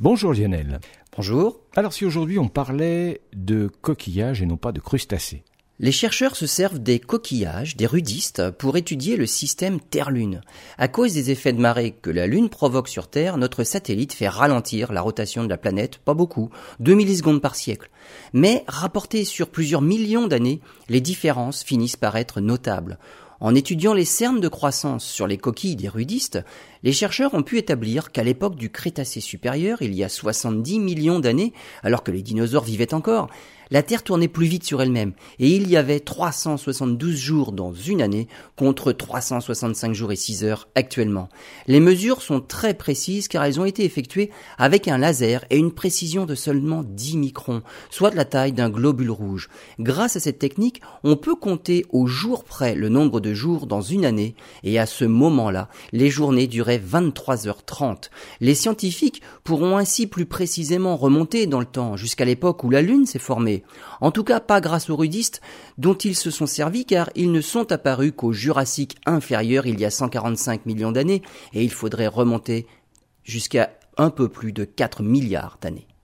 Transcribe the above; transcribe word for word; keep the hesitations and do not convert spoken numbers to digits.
Bonjour Lionel. Bonjour. Alors si aujourd'hui on parlait de coquillages et non pas de crustacés? Les chercheurs se servent des coquillages, des rudistes, pour étudier le système Terre-Lune. À cause des effets de marée que la Lune provoque sur Terre, notre satellite fait ralentir la rotation de la planète, pas beaucoup, deux millisecondes par siècle. Mais rapportées sur plusieurs millions d'années, les différences finissent par être notables. En étudiant les cernes de croissance sur les coquilles des rudistes, les chercheurs ont pu établir qu'à l'époque du Crétacé supérieur, il y a soixante-dix millions d'années, alors que les dinosaures vivaient encore, la Terre tournait plus vite sur elle-même, et il y avait trois cent soixante-douze jours dans une année, contre trois cent soixante-cinq jours et six heures actuellement. Les mesures sont très précises car elles ont été effectuées avec un laser et une précision de seulement dix microns, soit de la taille d'un globule rouge. Grâce à cette technique, on peut compter au jour près le nombre de jours dans une année, et à ce moment-là, les journées duraient vingt-trois heures trente. Les scientifiques pourront ainsi plus précisément remonter dans le temps, jusqu'à l'époque où la Lune s'est formée. En tout cas, pas grâce aux rudistes dont ils se sont servis car ils ne sont apparus qu'au Jurassique inférieur il y a cent quarante-cinq millions d'années et il faudrait remonter jusqu'à un peu plus de quatre milliards d'années.